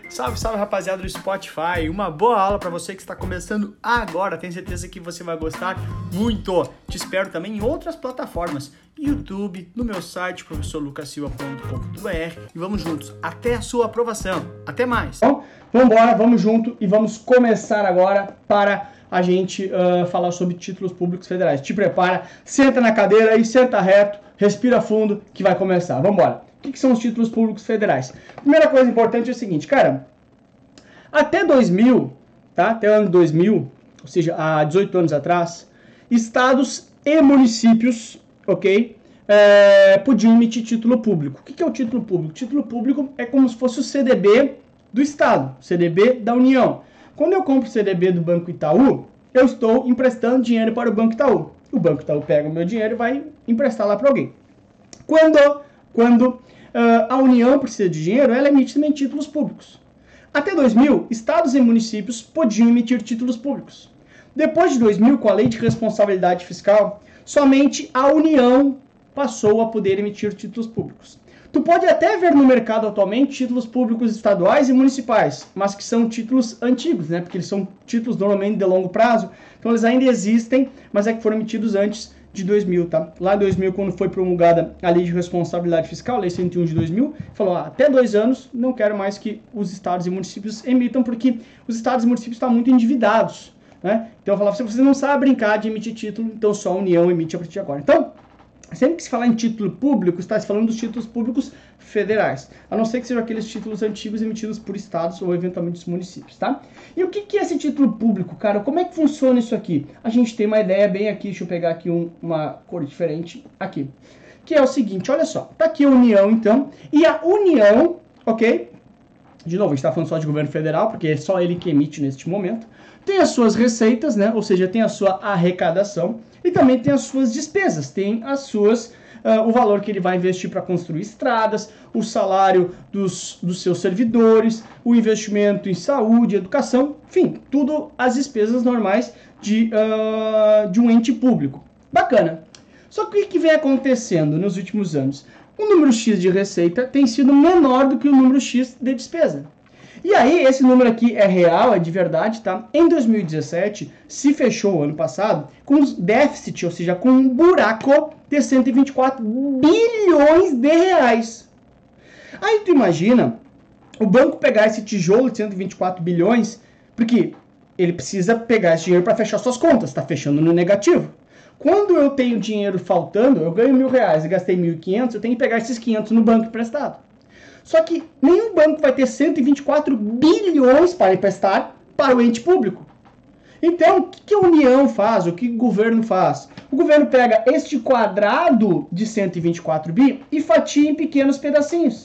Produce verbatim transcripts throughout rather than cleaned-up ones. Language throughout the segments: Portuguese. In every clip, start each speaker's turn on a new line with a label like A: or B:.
A: Salve, salve rapaziada do Spotify, uma boa aula para você que está começando agora, tenho certeza que você vai gostar muito. Te espero também em outras plataformas, YouTube, no meu site professor lucas silva ponto com ponto b r e vamos juntos até a sua aprovação. Até mais!
B: Bom, vamos embora, vamos junto e vamos começar agora para a gente uh, falar sobre títulos públicos federais. Te prepara, senta na cadeira e senta reto, respira fundo que vai começar. Vamos embora. O que, que são os títulos públicos federais? Primeira coisa importante é o seguinte, cara, até dois mil, tá? Até o ano dois mil, ou seja, há dezoito anos atrás, estados e municípios, ok, é, podiam emitir título público. O que, que é o título público? Título público é como se fosse o C D B do estado, C D B da União. Quando eu compro o C D B do Banco Itaú, eu estou emprestando dinheiro para o Banco Itaú. O Banco Itaú pega o meu dinheiro e vai emprestar lá para alguém. Quando, quando uh, a União precisa de dinheiro, ela emite também títulos públicos. Até dois mil, estados e municípios podiam emitir títulos públicos. Depois de dois mil, com a Lei de Responsabilidade Fiscal, somente a União passou a poder emitir títulos públicos. Tu pode até ver no mercado atualmente títulos públicos estaduais e municipais, mas que são títulos antigos, né? Porque eles são títulos normalmente de longo prazo, então eles ainda existem, mas é que foram emitidos antes de dois mil, tá? Lá em dois mil, quando foi promulgada a Lei de Responsabilidade Fiscal, a Lei cento e um de dois mil, falou, ah, até dois anos não quero mais que os estados e municípios emitam, porque os estados e municípios estão muito endividados, né? Então eu falava, se você não sabe brincar de emitir título, então só a União emite a partir de agora. Então, sempre que se falar em título público, está se falando dos títulos públicos federais, a não ser que sejam aqueles títulos antigos emitidos por estados ou eventualmente os municípios, tá? E o que, que é esse título público, cara? Como é que funciona isso aqui? A gente tem uma ideia bem aqui, deixa eu pegar aqui um, uma cor diferente aqui, que é o seguinte, olha só, tá aqui a União então, e a União, ok? De novo, a gente está falando só de governo federal, porque é só ele que emite neste momento, tem as suas receitas, né? Ou seja, tem a sua arrecadação, e também tem as suas despesas, tem as suas, uh, o valor que ele vai investir para construir estradas, o salário dos, dos seus servidores, o investimento em saúde, educação, enfim, tudo as despesas normais de, uh, de um ente público. Bacana. Só que o que vem acontecendo nos últimos anos? O número X de receita tem sido menor do que o número X de despesa. E aí, esse número aqui é real, é de verdade, tá? Em dois mil e dezessete, se fechou o ano passado com um déficit, ou seja, com um buraco de cento e vinte e quatro bilhões de reais. Aí tu imagina o banco pegar esse tijolo de cento e vinte e quatro bilhões, porque ele precisa pegar esse dinheiro para fechar suas contas, está fechando no negativo. Quando eu tenho dinheiro faltando, eu ganho mil reais e gastei mil e quinhentos, eu tenho que pegar esses quinhentos no banco emprestado. Só que nenhum banco vai ter cento e vinte e quatro bilhões para emprestar para o ente público. Então, o que a União faz? O que o governo faz? O governo pega este quadrado de cento e vinte e quatro bi e fatia em pequenos pedacinhos.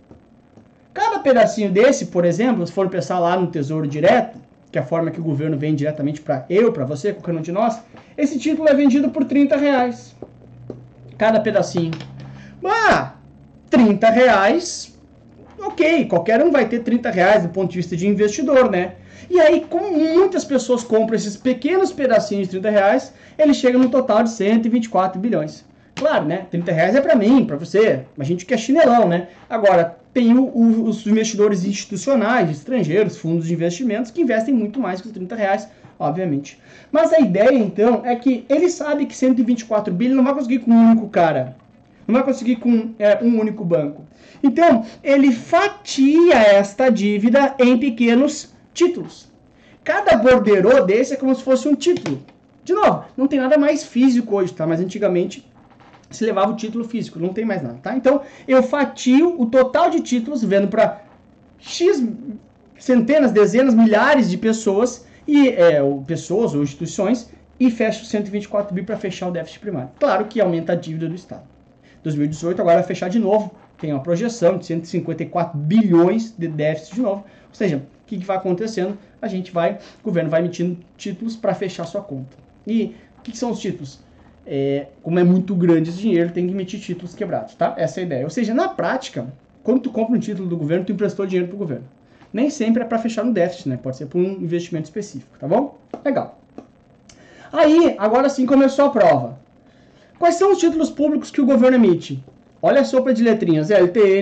B: Cada pedacinho desse, por exemplo, se for pensar lá no Tesouro Direto, que é a forma que o governo vende diretamente para eu, para você, qualquer um de nós, esse título é vendido por trinta reais. Cada pedacinho. Ah, trinta reais... Ok, qualquer um vai ter trinta reais do ponto de vista de investidor, né? E aí, como muitas pessoas compram esses pequenos pedacinhos de trinta reais, ele chega no total de cento e vinte e quatro bilhões. Claro, né? trinta reais é para mim, para você, a gente que é chinelão, né? Agora, tem o, o, os investidores institucionais, estrangeiros, fundos de investimentos, que investem muito mais que os trinta reais, obviamente. Mas a ideia, então, é que ele sabe que cento e vinte e quatro bilhões não vai conseguir com um único cara. Não vai conseguir com é, um único banco. Então, ele fatia esta dívida em pequenos títulos. Cada borderô desse é como se fosse um título. De novo, não tem nada mais físico hoje, tá? Mas antigamente se levava o título físico, não tem mais nada, tá? Então, eu fatio o total de títulos, vendo para X centenas, dezenas, milhares de pessoas, e é, ou pessoas ou instituições, e fecho cento e vinte e quatro bi para fechar o déficit primário. Claro que aumenta a dívida do Estado. dois mil e dezoito agora vai fechar de novo, tem uma projeção de cento e cinquenta e quatro bilhões de déficit de novo. Ou seja, o que, que vai acontecendo? A gente vai, o governo vai emitindo títulos para fechar sua conta. E o que, que são os títulos? É, como é muito grande esse dinheiro, tem que emitir títulos quebrados, tá? Essa é a ideia. Ou seja, na prática, quando tu compra um título do governo, tu emprestou dinheiro para o governo. Nem sempre é para fechar no déficit, né? Pode ser por um investimento específico, tá bom? Legal. Aí, agora sim começou a prova. Quais são os títulos públicos que o governo emite? Olha a sopa de letrinhas, L T N,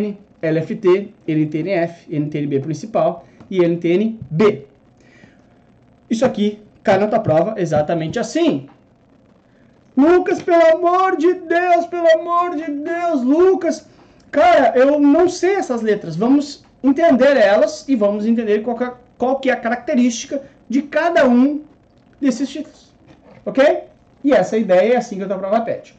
B: L F T, N T N F, N T N B principal e N T N B. Isso aqui cai na tua prova exatamente assim. Lucas, pelo amor de Deus, pelo amor de Deus, Lucas. Cara, eu não sei essas letras. Vamos entender elas e vamos entender qual que é, qual que é a característica de cada um desses títulos. Ok? E essa ideia é assim que a tua prova pede.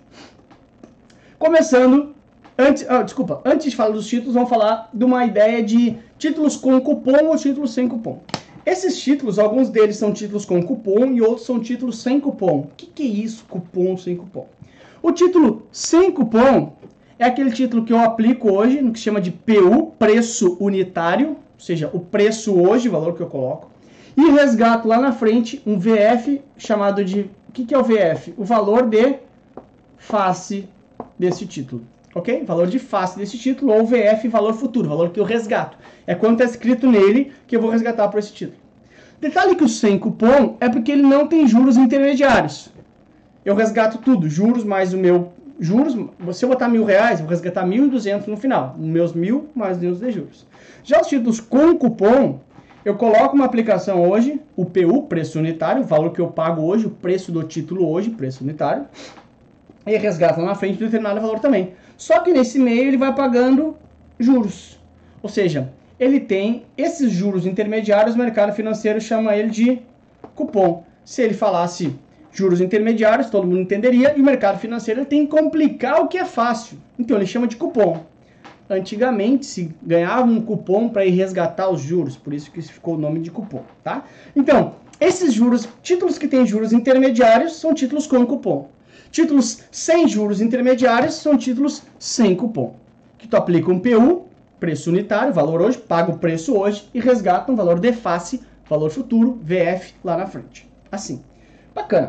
B: Começando, antes, ah, desculpa, antes de falar dos títulos, vamos falar de uma ideia de títulos com cupom ou títulos sem cupom. Esses títulos, alguns deles são títulos com cupom e outros são títulos sem cupom. O que, que é isso, cupom sem cupom? O título sem cupom é aquele título que eu aplico hoje, no que se chama de P U, preço unitário, ou seja, o preço hoje, o valor que eu coloco, e resgato lá na frente um V F chamado de... O que, que é o V F? O valor de face desse título, ok? Valor de face desse título, ou V F, valor futuro, valor que eu resgato. É quanto está escrito nele que eu vou resgatar por esse título. Detalhe que o sem cupom é porque ele não tem juros intermediários. Eu resgato tudo, juros mais o meu... Juros, se eu botar mil reais, eu vou resgatar mil e duzentos no final. Meus mil mais meus de juros. Já os títulos com cupom, eu coloco uma aplicação hoje, o P U, preço unitário, o valor que eu pago hoje, o preço do título hoje, preço unitário. E resgata lá na frente determinado valor também. Só que nesse meio ele vai pagando juros. Ou seja, ele tem esses juros intermediários, o mercado financeiro chama ele de cupom. Se ele falasse juros intermediários, todo mundo entenderia, e o mercado financeiro ele tem que complicar o que é fácil. Então ele chama de cupom. Antigamente se ganhava um cupom para ir resgatar os juros, por isso que ficou o nome de cupom, tá? Então, esses juros, títulos que têm juros intermediários são títulos com cupom. Títulos sem juros intermediários são títulos sem cupom. Que tu aplica um P U, preço unitário, valor hoje, paga o preço hoje e resgata um valor de face, valor futuro, V F, lá na frente. Assim. Bacana.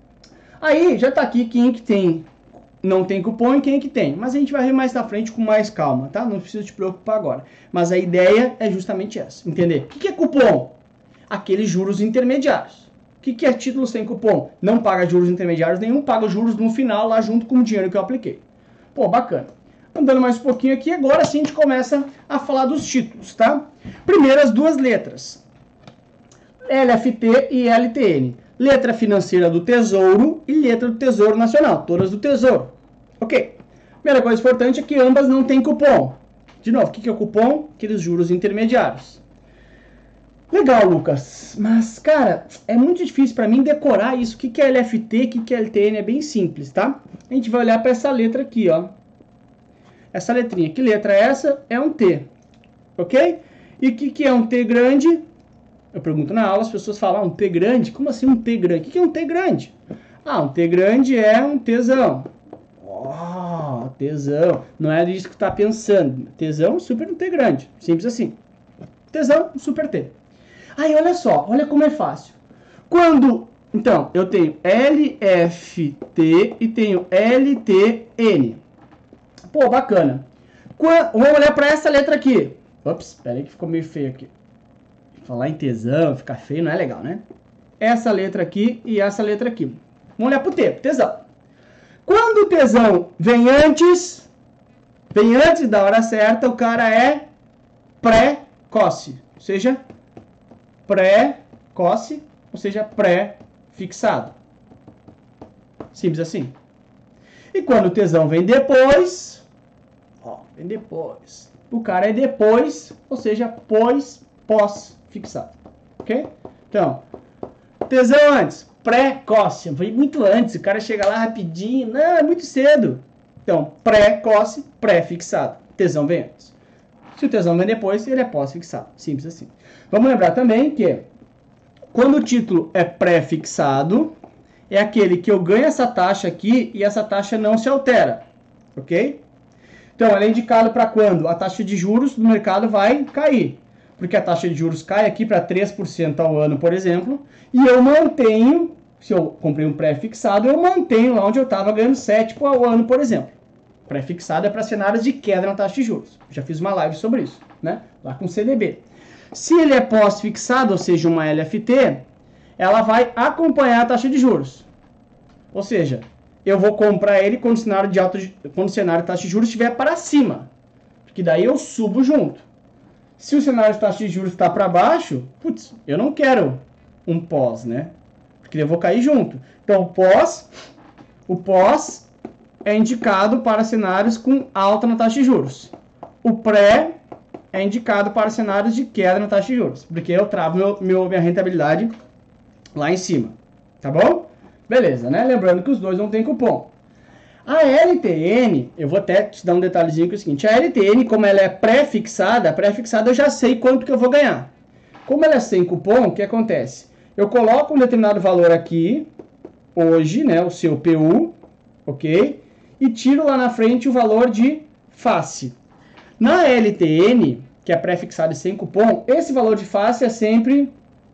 B: Aí já está aqui quem que tem, não tem cupom e quem é que tem. Mas a gente vai ver mais na frente com mais calma, tá? Não precisa te preocupar agora. Mas a ideia é justamente essa. Entender? O que é cupom? Aqueles juros intermediários. O que é título sem cupom? Não paga juros intermediários nenhum, paga juros no final lá junto com o dinheiro que eu apliquei. Pô, bacana. Andando mais um pouquinho aqui, agora sim a gente começa a falar dos títulos, tá? Primeiro as duas letras. L F T e L T N. Letra financeira do Tesouro e letra do Tesouro Nacional. Todas do Tesouro. Ok. Primeira coisa importante é que ambas não têm cupom. De novo, o que é o cupom? Aqueles juros intermediários. Legal, Lucas. Mas, cara, é muito difícil para mim decorar isso. O que é L F T, o que é L T N? É bem simples, tá? A gente vai olhar para essa letra aqui, ó. Essa letrinha. Que letra é essa? É um T. Ok? E o que é um T grande? Eu pergunto na aula, as pessoas falam, ah, um T grande? Como assim um T grande? O que é um T grande? Ah, um T grande é um tesão. Oh, tesão. Não é isso que tu tá pensando. Tesão, super um T grande. Simples assim. Tesão, super T. Aí, olha só, olha como é fácil. Quando, então, eu tenho L F T e tenho L T N. Pô, bacana. Quando, vamos olhar para essa letra aqui. Ops, espera aí que ficou meio feio aqui. Falar em tesão, ficar feio, não é legal, né? Essa letra aqui e essa letra aqui. Vamos olhar pro T, tesão. Quando o tesão vem antes, vem antes da hora certa, o cara é precoce. Ou seja, precoce, ou seja, pré-fixado. Simples assim. E quando o tesão vem depois, ó, vem depois. O cara é depois, ou seja, pós, pós-fixado. Ok? Então, tesão antes, precoce. Foi muito antes, o cara chega lá rapidinho. Não, é muito cedo. Então, precoce, pré-fixado. Tesão vem antes. Se o tesão vem depois, ele é pós-fixado. Simples assim. Vamos lembrar também que quando o título é pré-fixado, é aquele que eu ganho essa taxa aqui e essa taxa não se altera. Ok? Então, ele é indicado para quando a taxa de juros do mercado vai cair. Porque a taxa de juros cai aqui para três por cento ao ano, por exemplo, e eu mantenho, se eu comprei um pré-fixado, eu mantenho lá onde eu estava ganhando sete por cento ao ano, por exemplo. Pré-fixado é para cenários de queda na taxa de juros. Já fiz uma live sobre isso, né? Lá com o C D B. Se ele é pós-fixado, ou seja, uma L F T, ela vai acompanhar a taxa de juros. Ou seja, eu vou comprar ele quando o cenário de, alta, quando o cenário de taxa de juros estiver para cima. que daí eu subo junto. Se o cenário de taxa de juros está para baixo, putz, eu não quero um pós, né? Porque eu vou cair junto. Então, o pós, o pós é indicado para cenários com alta na taxa de juros. O pré é indicado para cenários de queda na taxa de juros, porque eu travo meu, meu, minha rentabilidade lá em cima. Tá bom? Beleza, né? Lembrando que os dois não tem cupom. A L T N, eu vou até te dar um detalhezinho que é o seguinte, a L T N, como ela é pré-fixada, pré-fixada eu já sei quanto que eu vou ganhar. Como ela é sem cupom, o que acontece? Eu coloco um determinado valor aqui, hoje, né, o seu P U, ok? E tiro lá na frente o valor de face. Na L T N, que é pré-fixada e sem cupom, esse valor de face é sempre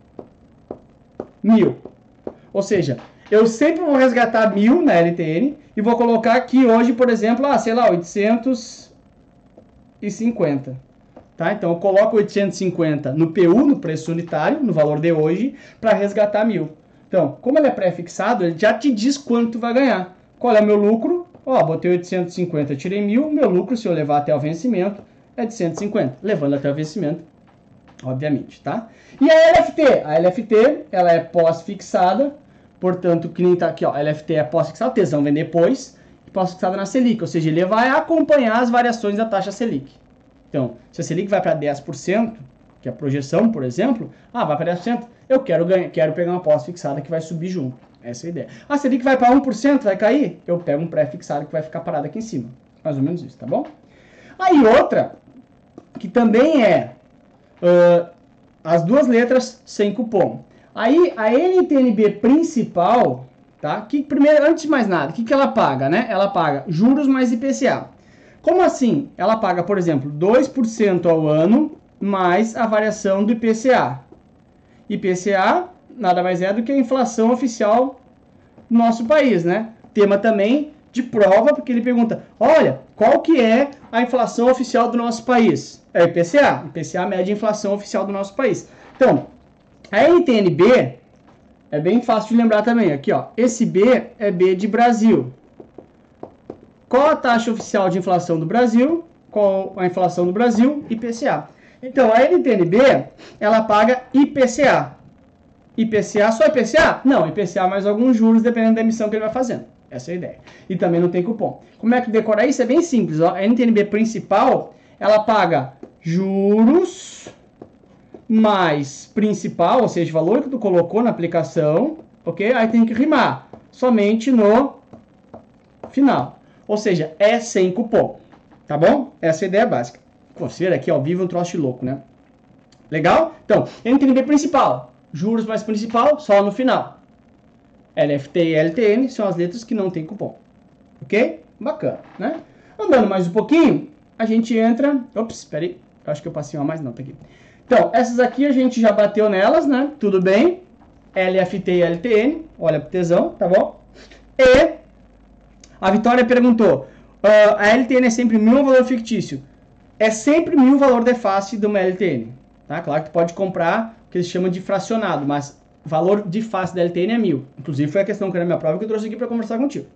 B: mil. Ou seja, eu sempre vou resgatar mil na L T N e vou colocar aqui hoje, por exemplo, ah, sei lá, oitocentos e cinquenta. Tá? Então eu coloco oitocentos e cinquenta no P U, no preço unitário, no valor de hoje, para resgatar mil. Então, como ele é pré-fixado, ele já te diz quanto tu vai ganhar. Qual é o meu lucro? Ó, botei oitocentos e cinquenta, tirei mil, meu lucro, se eu levar até o vencimento, é de cento e cinquenta. Levando até o vencimento, obviamente, tá? E a L F T? A L F T, ela é pós-fixada, portanto, que nem tá aqui, ó, a L F T é pós-fixada, tesão vem depois, e pós-fixada na Selic, ou seja, ele vai acompanhar as variações da taxa Selic. Então, se a Selic vai para dez por cento, que é a projeção, por exemplo, ah, vai para dez por cento, eu quero, ganhar, quero pegar uma pós-fixada que vai subir junto. Essa é a ideia. Ah, a Selic vai para um por cento, vai cair? Eu pego um pré-fixado que vai ficar parado aqui em cima. Mais ou menos isso, tá bom? Aí outra, que também é uh, as duas letras sem cupom. Aí a N T N B principal, tá? Que primeiro, antes de mais nada, o que, que ela paga, né? Ela paga juros mais I P C A. Como assim? Ela paga, por exemplo, dois por cento ao ano mais a variação do I P C A. I P C A nada mais é do que a inflação oficial do nosso país, né? Tema também de prova, porque ele pergunta, olha, qual que é a inflação oficial do nosso país? É o I P C A. I P C A mede a inflação oficial do nosso país. Então, a N T N B é bem fácil de lembrar também. Aqui, ó, esse B é B de Brasil. Qual a taxa oficial de inflação do Brasil? Qual a inflação do Brasil? I P C A. Então, a N T N B, ela paga I P C A. I P C A, só I P C A? Não, I P C A mais alguns juros, dependendo da emissão que ele vai fazendo. Essa é a ideia. E também não tem cupom. Como é que decora isso? É bem simples. Ó. A N T N B principal, ela paga juros mais principal, ou seja, o valor que tu colocou na aplicação, ok? Aí tem que rimar somente no final. Ou seja, é sem cupom. Tá bom? Essa é a ideia básica. Considera aqui ao vivo um troço louco, né? Legal? Então, N T N B principal. Juros mais principal, só no final. L F T e L T N são as letras que não tem cupom. Ok? Bacana, né? Andando mais um pouquinho, a gente entra... Ops, espera aí. Eu acho que eu passei uma mais não, tá aqui. Então, essas aqui a gente já bateu nelas, né? Tudo bem. L F T e L T N. Olha pro tesão, tá bom? E a Vitória perguntou, uh, a L T N é sempre mil um valor fictício? É sempre mil o valor de face de uma L T N. Tá? Claro que tu pode comprar que eles chamam de fracionado, mas valor de face da L T N é mil. Inclusive foi a questão que era na minha prova que eu trouxe aqui para conversar contigo.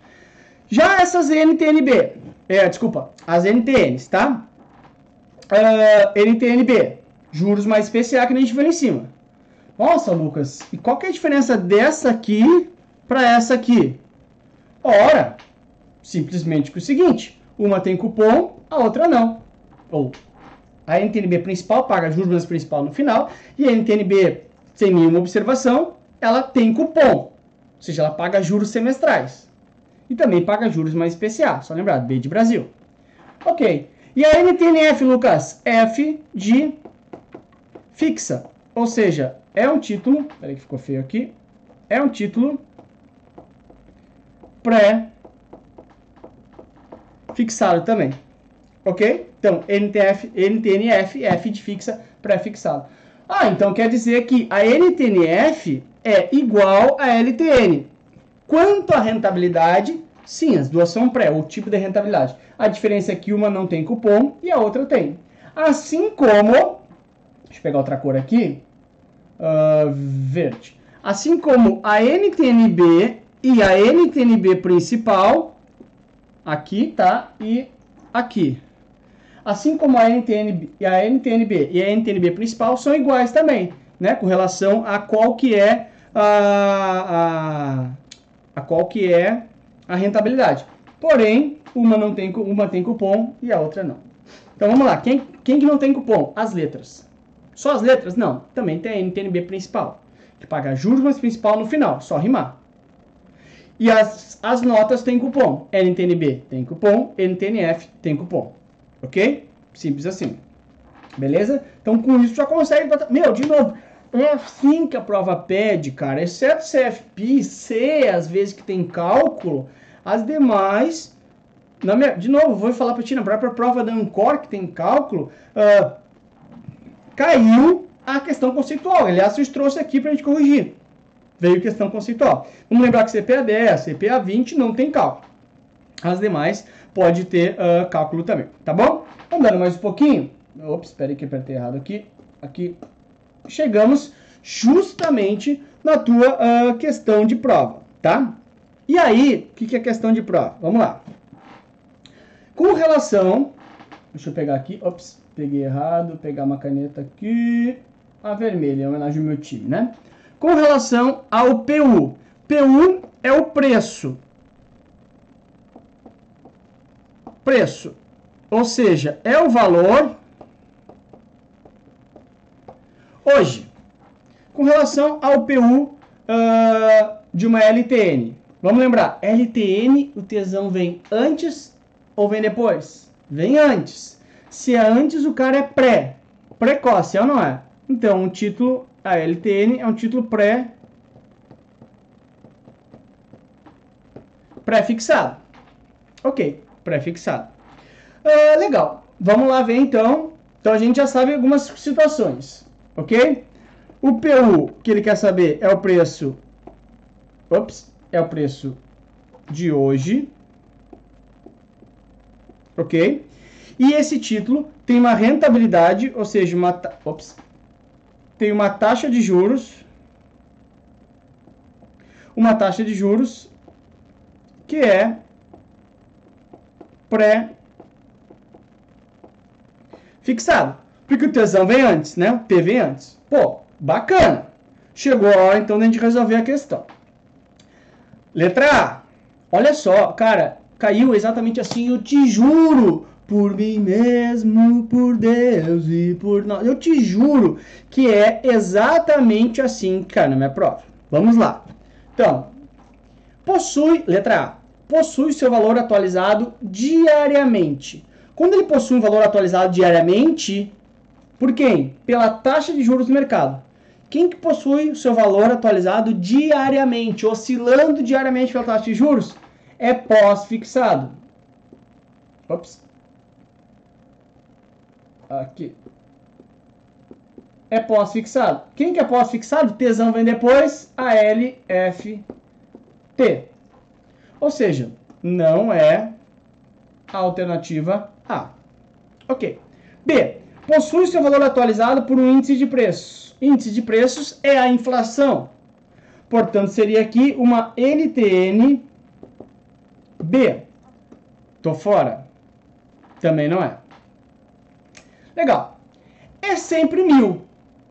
B: Já essas N T N B, é, desculpa, as N T Ns, tá? Uh, N T N B, juros mais I P C A que a gente viu ali em cima. Nossa, Lucas, e qual que é a diferença dessa aqui para essa aqui? Ora, simplesmente que o seguinte, uma tem cupom, a outra não. Ou a N T N B principal paga juros mais principal no final, e a N T N B, sem nenhuma observação, ela tem cupom. Ou seja, ela paga juros semestrais. E também paga juros mais I P C A. Só lembrar, B de Brasil. Ok. E a N T N F, Lucas? F de fixa. Ou seja, é um título... Peraí que ficou feio aqui. É um título pré-fixado também. Ok? Então, N T F, N T N F, F de fixa, pré-fixado. Ah, então quer dizer que a N T N F é igual a L T N. Quanto à rentabilidade, sim, as duas são pré, o tipo de rentabilidade. A diferença é que uma não tem cupom e a outra tem. Assim como, deixa eu pegar outra cor aqui, uh, verde. Assim como a N T N B e a N T N B principal, aqui, tá? E aqui. assim como a N T N B, a N T N B e a N T N B principal são iguais também, né, com relação a qual que é a, a, a qual que é a rentabilidade. Porém, uma não tem, uma tem cupom e a outra não. Então vamos lá, quem, quem que não tem cupom? As letras. Só as letras? Não, também tem a N T N B principal, que paga juros mais principal no final, só rimar. E as, as notas têm cupom. N T N B tem cupom, N T N F tem cupom. Ok? Simples assim. Beleza? Então com isso já consegue... Meu, de novo, é assim que a prova pede, cara. Exceto C F P, C, às vezes que tem cálculo, as demais... Na minha, de novo, vou falar para ti, na própria prova da Ancor, que tem cálculo, uh, caiu a questão conceitual. Aliás, eu trouxe aqui para a gente corrigir. Veio questão conceitual. Vamos lembrar que C P A dez, C P A vinte não tem cálculo. As demais pode ter uh, cálculo também, tá bom? Andando mais um pouquinho. Ops, espera aí que apertei errado aqui. Aqui. Chegamos justamente na tua uh, questão de prova, tá? E aí, o que, que é questão de prova? Vamos lá. Com relação... Deixa eu pegar aqui. Ops, peguei errado. Pegar uma caneta aqui. A vermelha, em homenagem ao meu time, né? Com relação ao P U. P U é o preço. Preço. Ou seja, é o valor hoje. Com relação ao P U uh, de uma L T N. Vamos lembrar, L T N, o tesão vem antes ou vem depois? Vem antes. Se é antes, o cara é pré. Precoce, é ou não é? Então, o título... A L T N é um título pré pré-fixado. Ok, pré-fixado. Uh, legal. Vamos lá ver então. Então a gente já sabe algumas situações. Ok? O P U que ele quer saber é o preço. Ops, é o preço de hoje. Ok? E esse título tem uma rentabilidade, ou seja, uma... Ops. Tem uma taxa de juros, uma taxa de juros que é pré-fixado. Porque o tesão vem antes, né? O T vem antes. Pô, bacana. Chegou a hora então de a gente resolver a questão. Letra A. Olha só, cara, caiu exatamente assim, eu te juro. Por mim mesmo, por Deus e por nós. Eu te juro que é exatamente assim que cai na minha prova. Vamos lá. Então, possui, letra A, possui seu valor atualizado diariamente. Quando ele possui um valor atualizado diariamente, por quem? Pela taxa de juros do mercado. Quem que possui o seu valor atualizado diariamente, oscilando diariamente pela taxa de juros? É pós-fixado. Ops. Aqui. É pós-fixado. Quem que é pós-fixado? Tesão vem depois, a L F T. Ou seja, não é a alternativa A. Ok. B. Possui seu valor atualizado por um índice de preços. Índice de preços é a inflação. Portanto, seria aqui uma N T N B. Tô fora. Também não é. Legal. É sempre mil.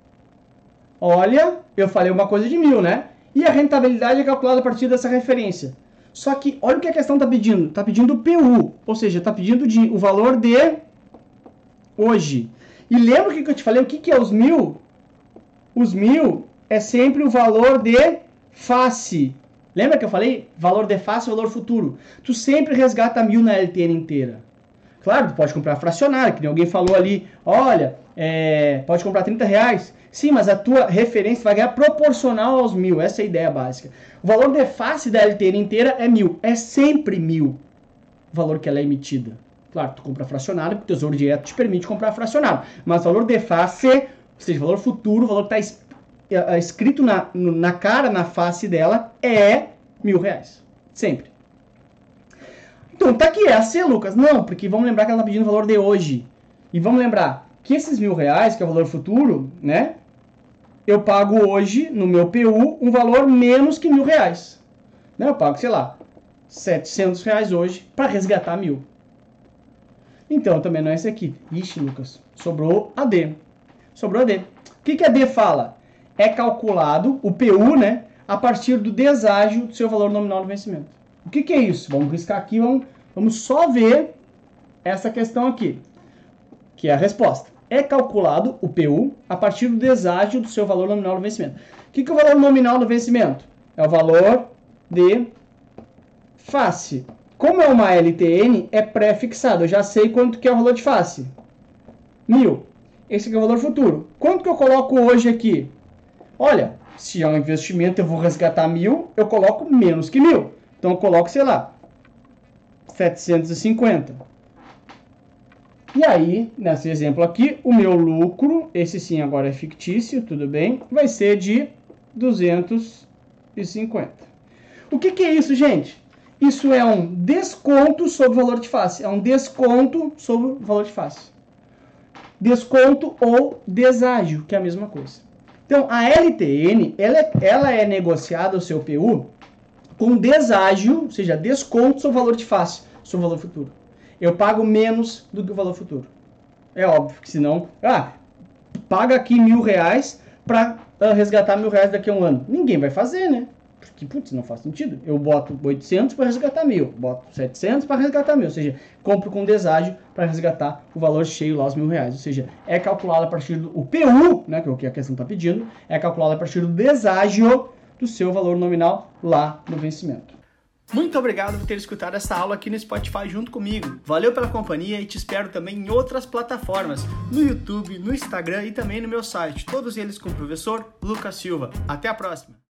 B: Olha, eu falei uma coisa de mil, né? E a rentabilidade é calculada a partir dessa referência. Só que, olha o que a questão está pedindo. Está pedindo o P U. Ou seja, está pedindo de, o valor de hoje. E lembra o que eu te falei? O que, que é os mil? Os mil é sempre o valor de face. Lembra que eu falei? Valor de face e valor futuro. Tu sempre resgata mil na L T N inteira. Claro, tu pode comprar fracionário, que nem alguém falou ali, olha, é, pode comprar trinta reais. Sim, mas a tua referência vai ganhar proporcional aos mil, essa é a ideia básica. O valor de face da L T N inteira é mil, é sempre mil o valor que ela é emitida. Claro, tu compra fracionário, porque o Tesouro Direto te permite comprar fracionário. Mas o valor de face, ou seja, o valor futuro, o valor que está escrito na, na cara, na face dela, é mil reais. Sempre. Então, tá aqui, é a C, Lucas. Não, porque vamos lembrar que ela está pedindo o valor de hoje. E vamos lembrar que esses mil reais, que é o valor futuro, né? Eu pago hoje, no meu P U, um valor menos que mil reais. Né? Eu pago, sei lá, setecentos reais hoje para resgatar mil. Então também não é esse aqui. Ixi, Lucas, sobrou a D. Sobrou a D. O que, que a D fala? É calculado o P U, né, a partir do deságio do seu valor nominal do vencimento. O que, que é isso? Vamos riscar aqui, vamos, vamos só ver essa questão aqui, que é a resposta. É calculado o P U a partir do deságio do seu valor nominal do vencimento. O que, que é o valor nominal do vencimento? É o valor de face. Como é uma L T N, é pré-fixado. Eu já sei quanto que é o valor de face. Mil. Esse aqui é o valor futuro. Quanto que eu coloco hoje aqui? Olha, se é um investimento, eu vou resgatar mil, eu coloco menos que mil. Então eu coloco, sei lá, setecentos e cinquenta. E aí, nesse exemplo aqui, o meu lucro, esse sim agora é fictício, tudo bem, vai ser de duzentos e cinquenta. O que, que é isso, gente? Isso é um desconto sobre o valor de face. É um desconto sobre o valor de face. Desconto ou deságio, que é a mesma coisa. Então, a L T N, ela é, ela é negociada, o seu P U, com deságio, ou seja, desconto sobre o valor de face, sobre o valor futuro. Eu pago menos do que o valor futuro. É óbvio que senão... Ah, paga aqui mil reais para uh, resgatar mil reais daqui a um ano. Ninguém vai fazer, né? Porque, putz, não faz sentido. Eu boto oitocentos para resgatar mil. Boto setecentos para resgatar mil. Ou seja, compro com deságio para resgatar o valor cheio lá, os mil reais. Ou seja, é calculado a partir do... O P U, né, que é o que a questão está pedindo, é calculado a partir do deságio do seu valor nominal lá no vencimento.
A: Muito obrigado por ter escutado essa aula aqui no Spotify junto comigo. Valeu pela companhia e te espero também em outras plataformas, no YouTube, no Instagram e também no meu site. Todos eles com o professor Lucas Silva. Até a próxima!